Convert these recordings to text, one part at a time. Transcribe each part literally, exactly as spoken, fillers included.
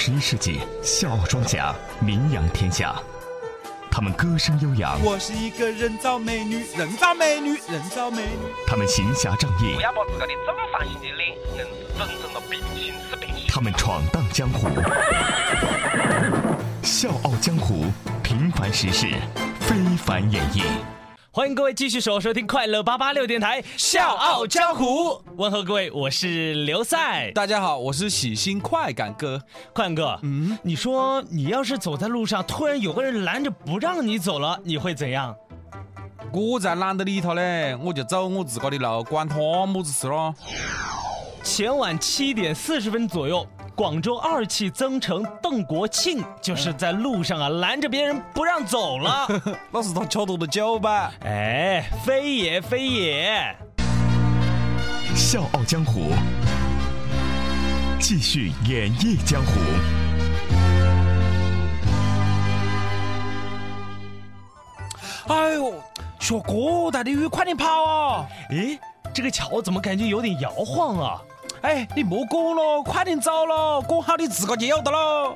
十一世纪笑傲庄稼名扬天下，他们歌声悠扬。 我是一个人造美女，人造美女，人造美女。 他们行侠仗义。 不要把自个的正方形的脸认是真正的平行四平行。 他们闯荡江湖。笑傲江湖，平凡时事，非凡演绎。 欢迎各位继续守收听快乐八八六电台笑傲江湖，问候各位，我是刘赛。 大家好，我是喜新快感哥。 快哥，嗯，你说你要是走在路上，突然有个人拦着不让你走了，你会怎样？ 我在懒得理他嘞，我就走我自个的路，管他么子事咯。 前晚七点四十分左右，广州二汽增城邓国庆就是在路上啊拦着别人不让走了。 那是他吃多的酒吧？ 哎，非也非也。 笑傲江湖，继续演绎江湖。 哎呦，下这大的雨，快点跑啊！ 诶，这个桥怎么感觉有点摇晃啊？ 哎，你莫赶了，快点走了，赶好你自个就有的了。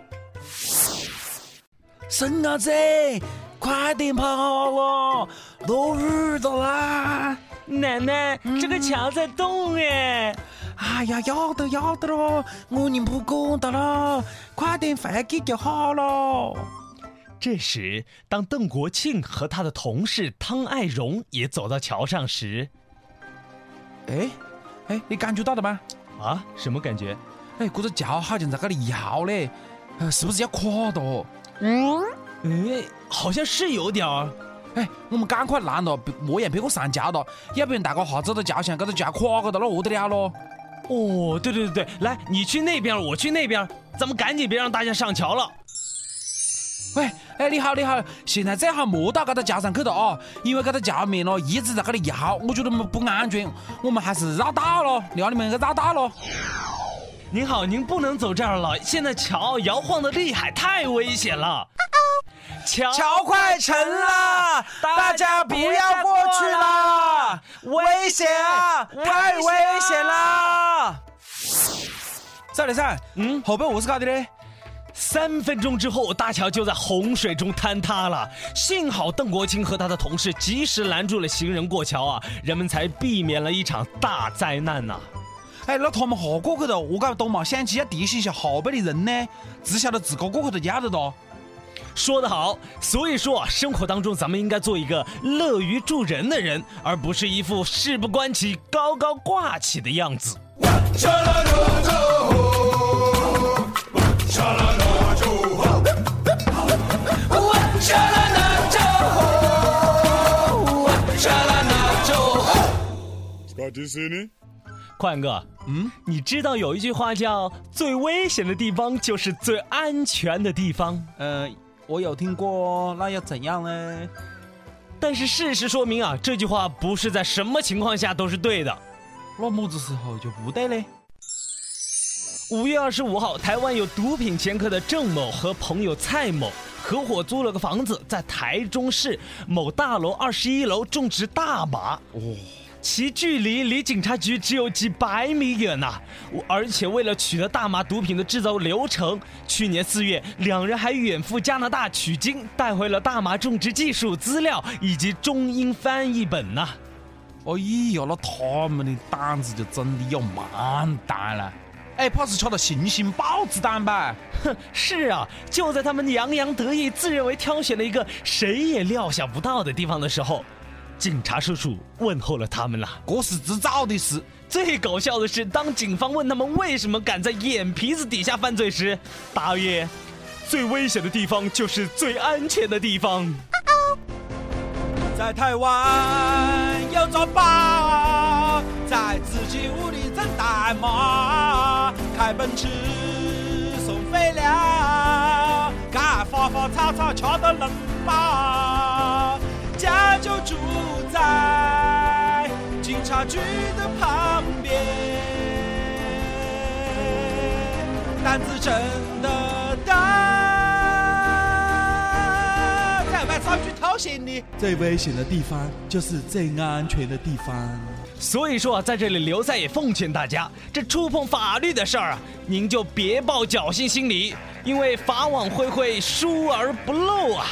孙伢子，快点跑啊！落雨的啦！ 奶奶，嗯、这个桥在动哎！ 哎呀，要得要得了，我你不赶的了，快点回去就好了。 这时，当邓国庆和他的同事汤爱荣也走到桥上时， 哎哎，你感觉到了吗？ 啊，什么感觉？ 哎，这个桥好像在这里摇嘞，呃，是不是要垮的？ 嗯，哎，好像是有点儿。 哎，我们赶快拦了，莫让别个上桥了，要不然大家下走到桥上，这个桥垮个的了，何得了咯？ 哦，对对对对，来，你去那边，我去那边，咱们赶紧别让大家上桥了。 喂，哎，你好，你好，现在最好莫到这个桥上去了啊，因为这个桥面咯一直在这里摇，我觉得不安全，我们还是绕道了，让你们给绕道了。 您好，您不能走这儿了，现在桥摇晃的厉害，太危险了。桥桥快沉了，大家不要过去了，危险啊，太危险了。赛雷赛，嗯，后边何是搞的呢？ 三分钟之后，大桥就在洪水中坍塌了。幸好邓国庆和他的同事及时拦住了行人过桥啊，人们才避免了一场大灾难呐、啊。 哎，那他们下过去了，我搞都没想起要提醒一下后边的人呢，只晓得自个过去就要得了。 说得好，所以说啊，生活当中咱们应该做一个乐于助人的人，而不是一副事不关己、高高挂起的样子。宽哥，嗯，你知道有一句话叫最危险的地方就是最安全的地方？ 呃，我有听过，那要怎样呢？ 但是事实说明啊，这句话不是在什么情况下都是对的。 那么子时候就不对嘞？ 五月二十五号，台湾有毒品前科的郑某和朋友蔡某合伙租了个房子，在台中市某大楼二十一楼种植大麻。哦，其距离离警察局只有几百米远呐、啊！而且为了取得大麻毒品的制造流程，去年四月，两人还远赴加拿大取经，带回了大麻种植技术资料以及中英翻译本呐、啊。 哎呀，那他们的胆子就真的有蛮大了。哎，怕是吃了行星豹子胆吧？ 哼，是啊，就在他们洋洋得意、自认为挑选了一个谁也料想不到的地方的时候，警察叔叔问候了他们了。 这是迟早的事。 最搞笑的是，当警方问他们为什么敢在眼皮子底下犯罪时，答曰：最危险的地方就是最安全的地方。 在台湾有座宝，在自己屋里整代码，开奔驰送废料，干花花草草吃得能饱，家就住在警察局的旁边，胆子真的大。上去偷行李，最危险的地方就是最安全的地方。 所以说啊，在这里刘赛也奉劝大家，这触碰法律的事儿啊，您就别抱侥幸心理， 因为法网恢恢，疏而不漏啊。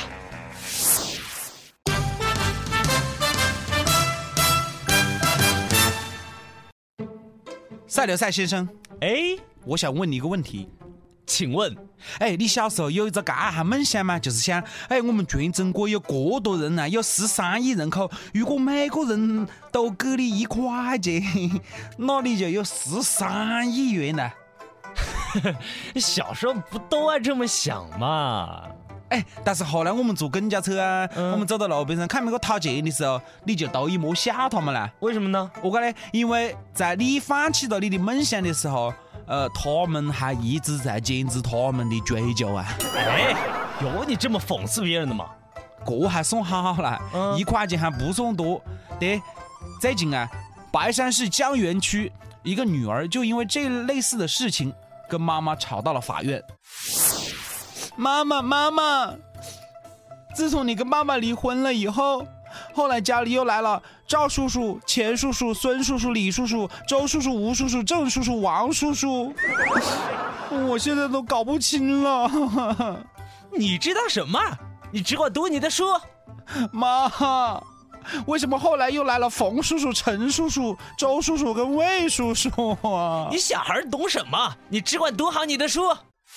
赛刘赛先生， 哎， 我想问你一个问题， 请问， 哎，你小时候有一个干哈梦想吗？就是想，哎，我们全中国有这多人啊，有十三亿人口，如果每个人都给你一块钱，那你就有十三亿元了。 小时候不都爱这么想嘛？ 哎，但是后来我们坐公交车啊， 嗯、 我们走到路边上看那个讨钱的时候，你就都一摸小他们了。 为什么呢？ 我讲呢，因为在你放弃了你的梦想的时候，呃，他们还一直在坚持他们的追求啊。 哎，有你这么讽刺别人的吗？ 这还算好了，嗯、一块钱还不算多。对，最近啊，白山市江源区一个女儿就因为这类似的事情跟妈妈吵到了法院。妈妈，妈妈，自从你跟爸爸离婚了以后，后来家里又来了赵叔叔、钱叔叔、孙叔叔、李叔叔、周叔叔、吴叔叔、郑叔叔、王叔叔，我现在都搞不清了。 你知道什么？你只管读你的书。 妈，为什么后来又来了冯叔叔、陈叔叔、周叔叔跟魏叔叔啊？ 你小孩懂什么？你只管读好你的书。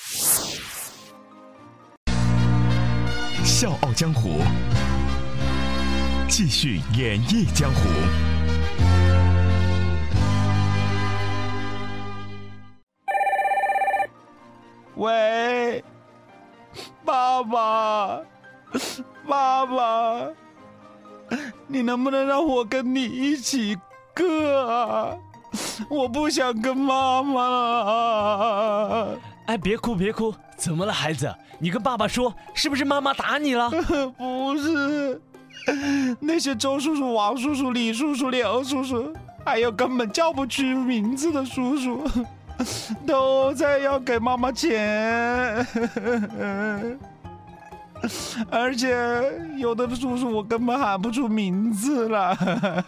笑傲江湖，继续演绎江湖。 喂，爸爸，爸爸，你能不能让我跟你一起割啊？我不想跟妈妈了。 哎，别哭别哭，怎么了孩子？你跟爸爸说，是不是妈妈打你了？ 不是，那些周叔叔、王叔叔、李叔叔、刘叔叔，还有根本叫不出名字的叔叔，都在要给妈妈钱。而且有的叔叔我根本喊不出名字了。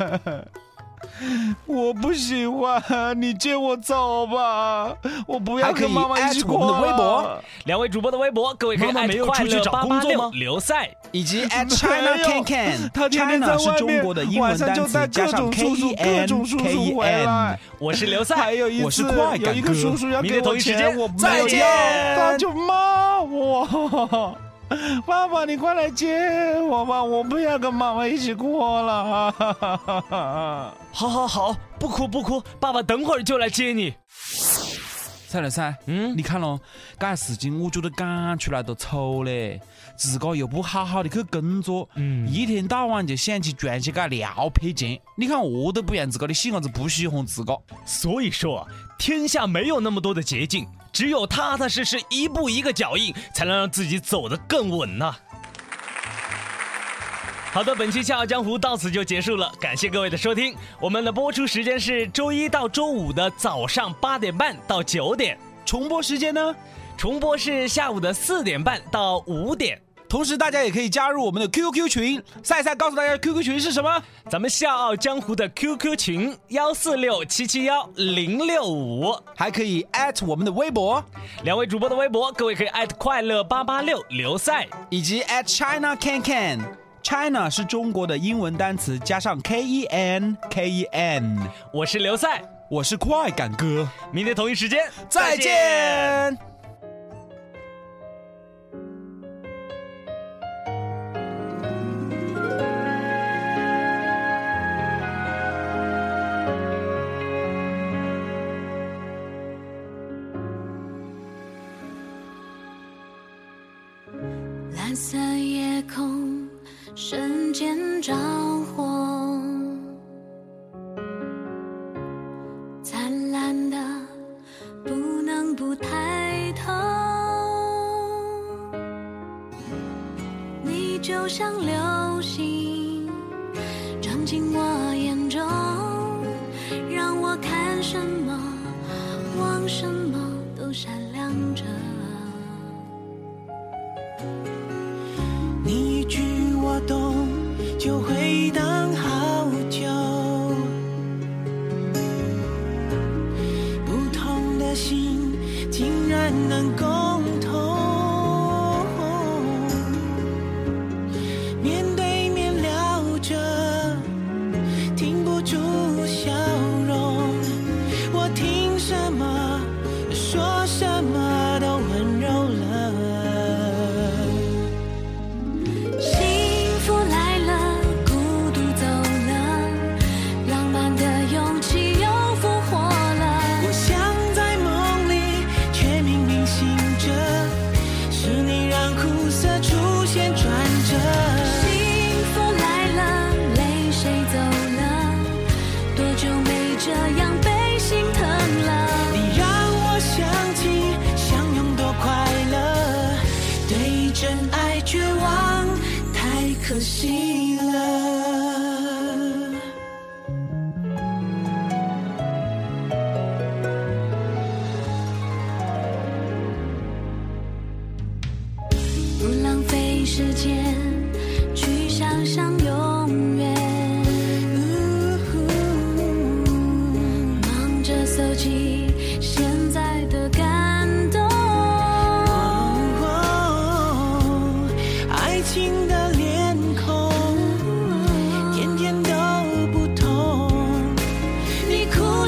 我不喜欢，你接我走吧，我不要跟妈妈一起过。我们的微博， 两位主播的微博，各位可以艾特快乐八八六刘赛， 以及 at China Can Can。他天天在外面，晚上就带各种叔叔、各种叔叔回来。 我是刘赛， 还有一次有一个叔叔要给我钱，我再见， 他就骂我。爸爸，你快来接我吧，我不要跟妈妈一起过了。 好好好，不哭不哭，爸爸等会儿就来接你。 蔡老三，嗯，你看咯，这事情我觉得干出来都丑嘞，自个又不好好的去工作，嗯，一天到晚就想起赚些个撩配钱，你看我都不让自个的细伢子不喜欢自个。 所以说，天下没有那么多的捷径，只有踏踏实实一步一个脚印，才能让自己走得更稳呐、啊。好的，本期《笑傲江湖》到此就结束了，感谢各位的收听。我们的播出时间是周一到周五的早上八点半到九点， 重播时间呢？ 重播是下午的四点半到五点。 同时，大家也可以加入我们的 Q Q 群，赛赛告诉大家 Q Q 群是什么？ 咱们笑傲江湖的 Q Q 群幺四六七七幺零六五， 还可以 at 我们的微博， 两位主播的微博，各位可以 at 快乐八八六刘赛， 以及 at China Can Can。China 是中国的英文单词，加上 K E N K E N。 我是刘赛， 我是快感哥， 明天同一时间再见。 蓝色夜空瞬间着火，灿烂的不能不抬头，你就像流星照进我眼中，让我看什么望什么都闪亮着。 你一句我懂，就回荡好久。不同的心，竟然能共同。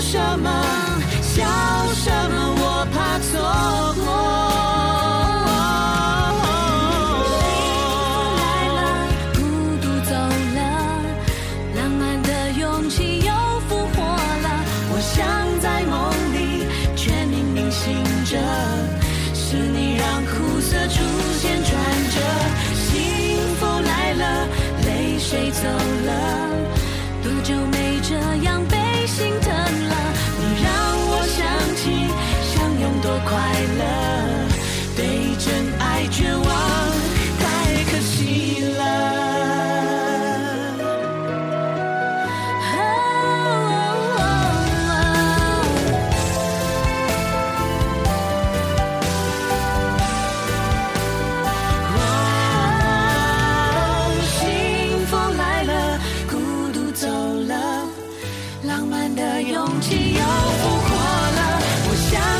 什么？笑什么？我怕错过。是你让苦涩出现转折，幸福来了，泪水走了，多久没这样被心疼了？你让我想起相拥多快乐，对真爱绝望，太可惜了。勇气又复活了，我想